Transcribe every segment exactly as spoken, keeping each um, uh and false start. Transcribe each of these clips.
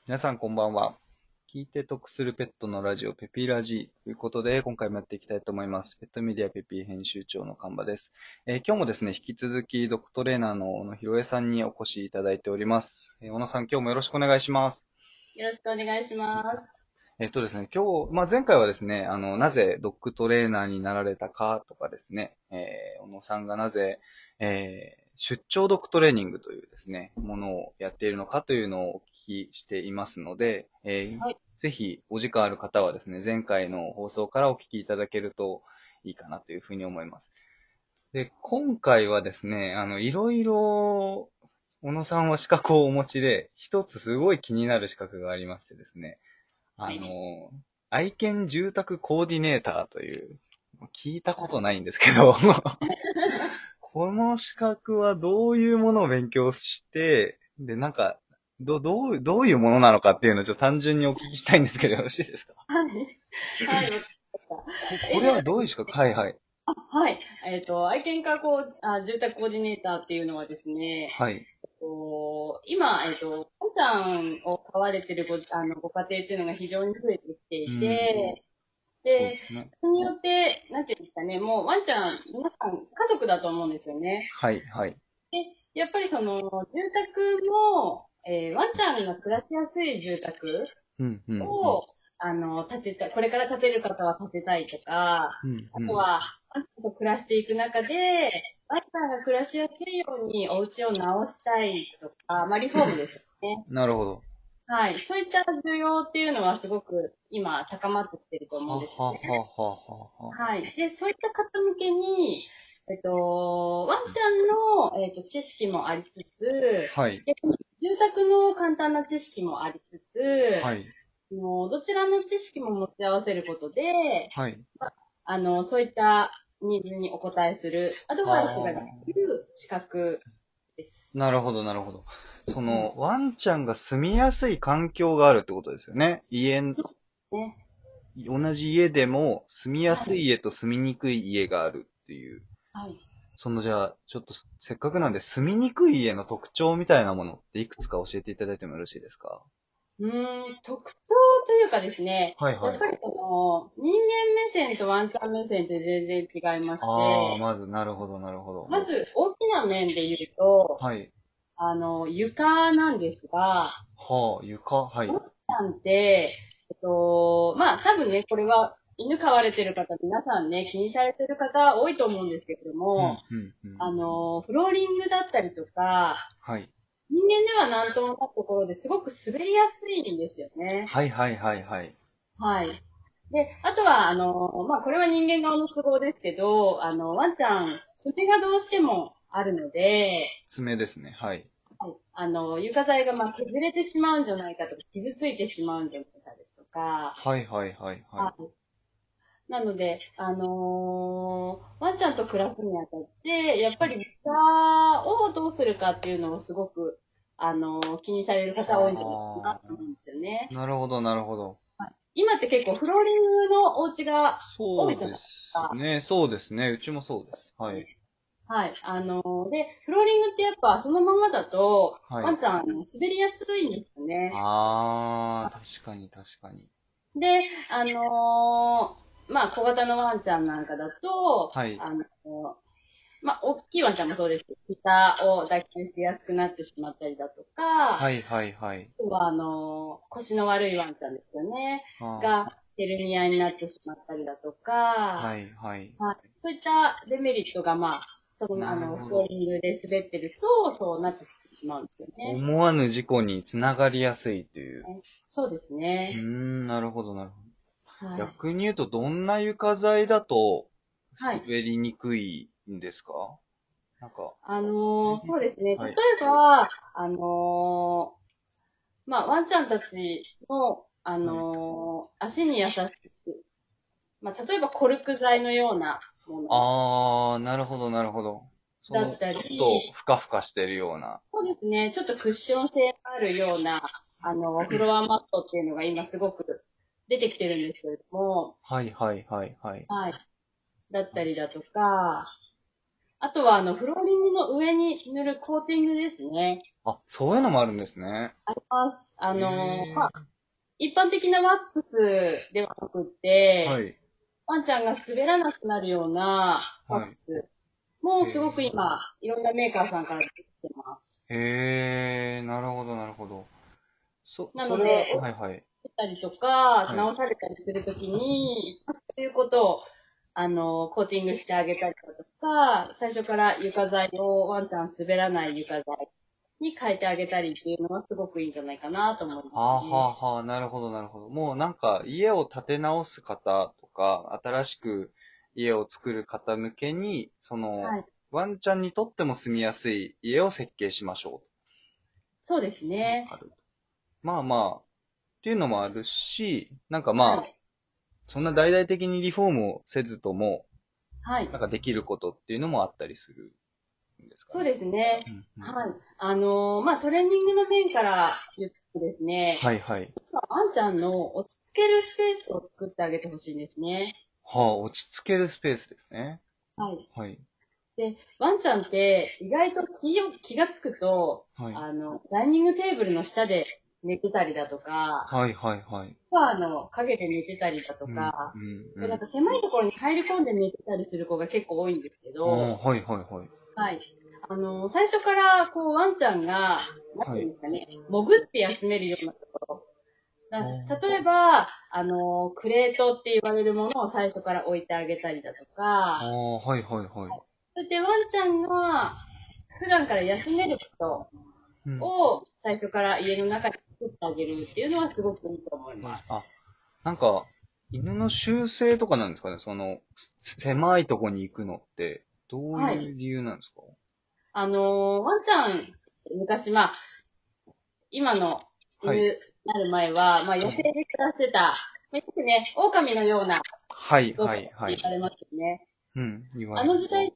皆さんこんばんは。聞いて得するペットのラジオペピラジということで、今回もやっていきたいと思います。ペットメディアペピ編集長の神場です。えー今日もですね、引き続きドッグトレーナーの小野博恵さんにお越しいただいております。えー小野さん、今日もよろしくお願いします。 よろしくお願いします。 えっとですね、今日、まあ、前回はですね、あの、なぜドッグトレーナーになられたかとかですね、えー小野さんがなぜ、えー出張ドッグトレーニングというですね、ものをやっているのかというのをお聞きしていますので、えーはい。 ぜひお時間ある方はですね、前回の放送からお聞きいただけるといいかなというふうに思います。で、今回はですね、あの、いろいろ、小野さんは資格をお持ちで、一つすごい気になる資格がありましてですね、あはい。 の、愛犬住宅コーディネーターという、聞いたことないんですけど、この資格はどういうものを勉強して、で、なんか、ど、どう、どういうものなのかっていうのをちょっと単純にお聞きしたいんですけど、よろしいですか？ はい。はい、わかりました。 こ、これえはどういう資格？はいはい。 あ、はい。えっと、愛犬家こう、あ、住宅コーディネーターっていうのはですね、 はい。 こう今、えっと、ワンちゃんを飼われてるご、あの、ご家庭っていうのが非常に増えてきていうん。 て、で、 そうですね。 それによって、なんていうんですかね、もうワンちゃん、皆さん家族だと思うんですよね。 はいはい。 で、やっぱりその、住宅も、えーワンちゃんが暮らしやすい住宅うん、うん、うん。 を、あの、建てた、これから建てる方は建てたいとか、 うん、 あうん。 とは、ワンちゃんと暮らしていく中で、ワンちゃんが暮らしやすいようにお家を直したいとか、まあ、リフォームですよね。 なるほど。 はい。そういった需要っていうのはすごく今高まってきてると思うんはですね。 ははははは。 はい。で、そういった方向けに、えっと、ワンちゃんの、えっと、知識もありつつ、 はい。 逆に住宅の簡単な知識もありつつ、 はい。 もうどちらの知識も持ち合わせることで、 はい。 あの、そういったニーズにお答えするアドバイスがではきる資格です。 あ。なるほど、なるほど。そはい。 の、ワンちゃんが住みやすい環境があるってことですよね。家、 そうね。 同じ家でも住みやはい。 すい家と住みにくい家があるっていう。 はい。 そのじゃあ、ちょっとせっかくなんで住みにくい家の特徴みたいなものっていくつか教えていただいてもよろしいですか？ うーん、特徴というかですね、 はいはい。 やっぱりその、人間目線とワンちゃん目線って全然違いましああ、 て、 まず、なるほど、なるほど。 まず大きな面で言うと、 はい。 あの、床なんですが、 はあ、床、はい。 ワンちゃんって、えっと、まあ多分ね、これは犬飼われてる方、皆さんね、気にされてる方多いと思うんですけれども、 うん、うん、うん。 あの、フローリングだったりとか、 はい。 人間では何ともないところですごく滑りやすいんですよね。 はい、はい、はい、はい。 はい。で、あとは、あの、まあ、これは人間側の都合ですけど、あの、ワンちゃん、爪がどうしてもあるので、 爪ですね。はい。 はい、あの、床材がまあ削れてしまうんじゃないかとか、傷ついてしまうんじゃないかですとか、 はい、はい、はい、はい。 はい。なので、あのーワンちゃんと暮らすにあたって、やっぱり床をどうするかっていうのをすごく、あのー気にされる方多いんじゃないかなあと思うんですよね。 あ、なるほど、なるほど。 今って結構フローリングのお家が多いじゃないでそうですか。 すね。そうですね。うちもそうです。はい。 はい。あのーで、フローリングってやっぱそのままだと、 はい。 ワンちゃん滑りやすいんですよね。 ああ、確かに、確かに。 で、あのーまあ小型のワンちゃんなんかだと、 はい。 あのーまあ大きいワンちゃんもそうですけど、膝を脱臼しやすくなってしまったりだとか、あはい、はい、はい。 とはあのー腰の悪いワンちゃんですよね。が、 あヘルニアになってしまったりだとあ、はか、 い、はい。 はい。そういったデメリットが、まあ、その、あなるの、 ほど。 フローリングで滑ってると、そうなってしまうんですよね。 思わぬ事故につながりやすいという。 そうですうーね。 ん、なるほど、なるほど。 はい。 逆に言うと、どんな床材だとはい。 滑りにくいんですか？なんか、 あのーそうですね。例はい。 えば、あのーまあ、ワンちゃんたちの、あはい。 のー足に優しく、まあ、例えばコルク材のようなものあー、なるほど、なるほど。その、 だったちょっと、 り、 ふかふかしてるような。 そうですね。ちょっとクッション性があるような、あの、フロアマットっていうのが今すごく出てきてるんですけれども、 はい、はい、はい、はい。 はい。だったりだとか、あとはあの、フローリングの上に塗るコーティングですね。 あ、そういうのもあるんですね。 あります。あのーへまあ、一般的なワックスではなくっー。はて、 い。 ワンちゃんが滑らなくなるようなワッはい。 クスもへすごく今、いろんなメーカーさんから出てきてます。 え。へえ、なるほど、なるほど。そ、それは、 なので、 はいはい。 折ったりとか、 はい。 直されたりするときに、そういうことを、あの、コーティングしてあげたりだとか、最初から床材をワンちゃん滑らない床材に変えてあげたりっていうのはすごくいいんじゃないかなと思いまはあはすね。 あはあ、なるほどなるほど。もうなんか家を建て直す方とか、新しく家を作る方向けに、その、 はい。 ワンちゃんにとっても住みやすい家を設計しましょそうですう。 ね。 ある。まあまあ、っていうのもあるし、なんかまあ、 はい。 そんな大々的にリフォームをせずとも、 はい。 なんかできることっていうのもあったりするんですかね。 そうですね。 うんうん、 はい。あのーまあ、トレーニングの面から言ってですね、 はいはい。 ワンちゃんの落ち着けるスペースを作ってあげてほしいんですね。 はあ、落ち着けるスペースですね。 はい。 はい。 で、ワンちゃんって意外と気を気がつくと、 はい。 あの、ダイニングテーブルの下で寝てたりだとか、 はいはいはい。 ソファーの影で寝てたりだとうん、 か、 うん、うで、なんん。 か狭いところに入り込んで寝てたりする子が結構多いんですけああ、 ど、 はいはいはい。 はい。あの、最初から、こう、ワンちゃんが、なんてはい。 いうんですかね、潜って休めるようなところ。 あだー例えば、あの、クレートって言われるものを最初から置いてあげたりだとか、 あー、はいはいはい。 そしてワンちゃんが普段から休めるこうん。 とを最初から家の中に作ってあげるっていうのはすごくいいと思いはいあ、 ます。 なんか、犬の習性とかなんですかねその、す狭いとこに行くのって、どうはい。 いう理由なんですか？ あの、ワンちゃん、昔、まあ、今の犬はい。 になる前は、まあ、野生で暮らしてた、まあよくね、狼のようなはい動物っはいはい。 て言われますよね。 うん、言わあれます。 の時代って、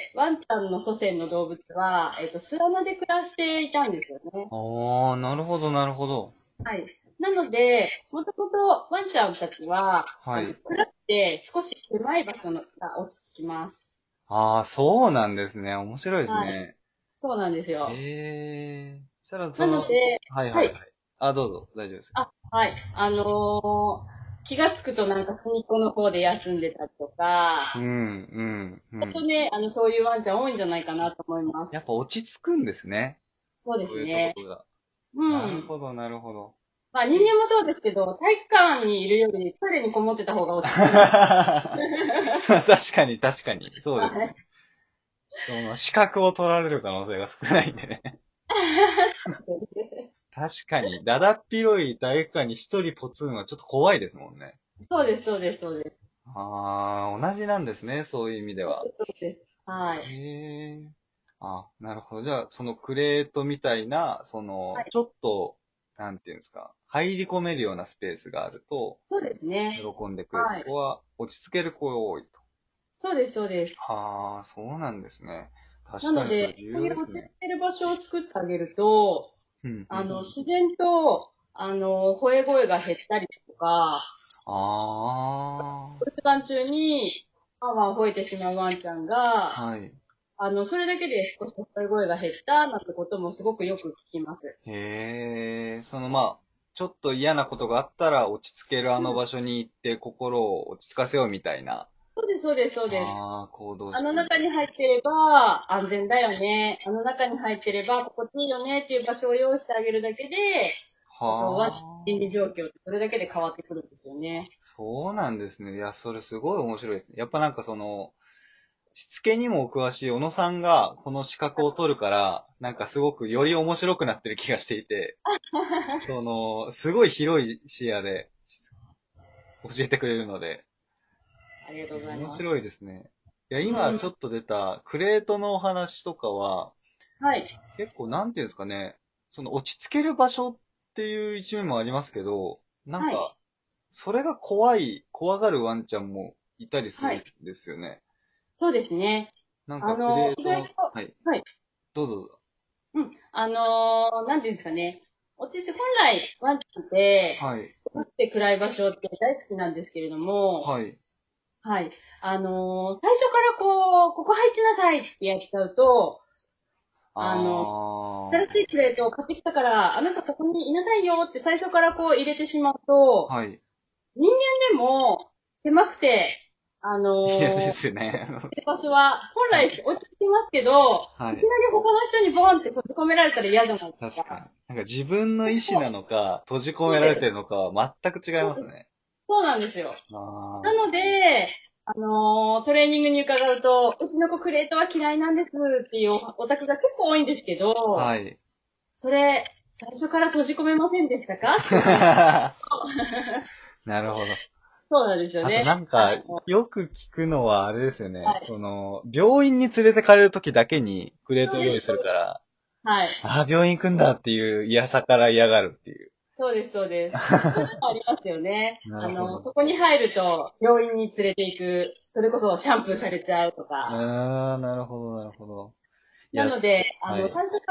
ワンちゃんの祖先の動物は、えっと、巣穴で暮らしていたんですよね。 ああ、なるほどなるほど。 はい。なので、もともとワンちゃんたちは、あの、 はい。 暗くて少し狭い場所が落ち着きます。 ああ、そうなんですね。面白いですはい。 ね。 そうなんですよ。 ええー。そしたら、その、 なので、 はいははい。 いはい。あ、どうぞ、大丈夫です。 あ、はい。あのー気がつくとなんか隅っこの方で休んでたりとか、 うん、うん、うん。 あとね、あの、そういうワンちゃん多いんじゃないかなと思いまやっぱす。 落ち着くんですね。 そうでそういうとこすね。 ろが。 うん。 なるほど、なるほど。 まあ人間もそうですけど、体育館にいるよりトイレにこもってた方が落ち着きます。 確かに、確かに。そうですね。 はい。 その、資格を取られる可能性が少ないんでね。確かに、だだっ広い体育館に一人ポツンはちょっと怖いですもんね。 そうです、そうです、そうです。 ああ、同じなんですね、そういう意味では。 そうです。はい。 へえ。あ、なるほど。じゃあ、そのクレートみたいな、その、 はい。 ちょっと、なんていうんですか、入り込めるようなスペースがあると、 そうですね。 喜んでくれるはい。 子は、落ち着ける子が多いと。 そうです、そうです。 はあ、そうなんですね。確かにそれなので、 重そういう落ち着要ですね。 ける場所を作ってあげると、 うん、うん。 あの、自然と、あの、吠え声が減ったりとか、 あ留守番中に、ワンワン吠えてしまうワンちゃんあ、 が、 はい。 あの、それだけで少し吠え声が減ったなんてこともすごくよく聞きます。 へえ、そのまあ、ちょっと嫌なことがあったら落ち着けるあうん。 の場所に行って心を落ち着かせようみたいな、 そうです、そうです、そうです。 ああ、行動あのしてる。 中に入ってれば安全だよね。あの中に入ってれば心地いいよねっていう場所を用意してあげるだけで、あとは心理はあ、 状況ってそれだけで変わってくるんですよね。 そうなんですね。いや、それすごい面白いですね。やっぱなんかその、しつけにもお詳しい小野さんがこの資格を取るから、なんかすごくより面白くなってる気がしていて、その、すごい広い視野で教えてくれるので、 ありがとうございます。 面白いですね。いや、 うん。 今ちょっと出たクレートのお話とかは、 はい。 結構なんていうんですかね、その落ち着ける場所っていう一面もありますけど、なんはい。 か、それが怖い、怖がるワンちゃんもいたりすはい。 るんですよね。 そうですね。 なんかクあの、 レートの、 意外と、 はい、 はい。 どうぞどうぞ。 うん。あのーなんていうんですかね。落ち着本来、ワンちゃんって、 はい、 暗くて暗い場所って大好きなんですけれども、 はい。 はい。あのー最初からこう、ここ入ってなさいってやっちゃうと、 あの、 あー。 新しいクレートを買ってきたから、あなたここにいなさいよって最初からこう入れてしまうと、 はい。 人間でも狭くて、あのいやでー、 すね。 場所は本来落ち着きますけど、 はい。 いきなり他の人にボンって閉じ込められたら嫌じゃないですか。 確かに。なんか自分の意思なのか、閉じ込められてるのかは全く違いますね。 そうなんですよ。 あなので、あのー、トレーニングに伺うと、うちの子クレートは嫌いなんですっていうオタクが結構多いんですけど、 あ。はい。 それ、最初から閉じ込めませんでしたかなるほど。 そうなんですよあとね。 なんか、よく聞くのはあれですよね。 はいその、病院に連れてかれるときだけにクレートを用意するから、 はい。 ああ、病院行くんだっていう嫌さから嫌がるっていう。 そうです、そうです。そういうのもありますよね。 なあの、 るほど。 そこに入ると、病院に連れて行く、それこそシャンプーされちゃうとか。 ああ、なるほど、なるほど。いや、 なので、あの、 はい。 最初から、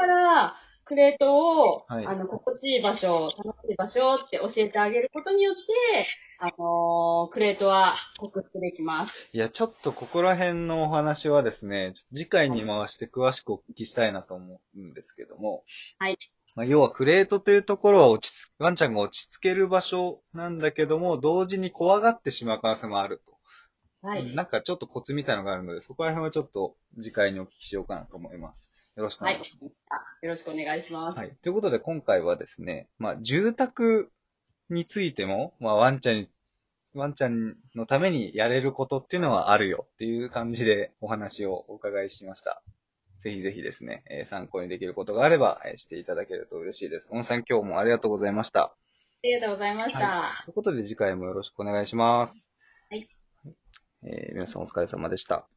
クレートを、 はい。 あの、心地いい場所、楽しい場所って教えてあげることによって、あのークレートは克服できます。 いや、ちょっとここら辺のお話はですね、ちょっと次回はい。 に回して詳しくお聞きしたいなと思うんですけども、 はい。 まあ、要はクレートというところは落ち着、ワンちゃんが落ち着ける場所なんだけども、同時に怖がってしまう可能性もあると。 はい。 なんかちょっとコツみたいなのがあるので、そこら辺はちょっと次回にお聞きしようかなと思います。よろしくおはい。 願いします。 よろしくお願いします。 はい。ということで今回はですね、まあ、住宅についても、まあ、ワンちゃんに、ワンちゃんのためにやれることっていうのはあるよっていう感じでお話をお伺いしました。ぜひぜひですね、えー参考にできることがあれば、えーしていただけると嬉しいです。小野さん今日もありがとうございました。 ありがとうございましはい。 た。 ということで次回もよろしくお願いします。 はい。 えー皆さんお疲れ様でした。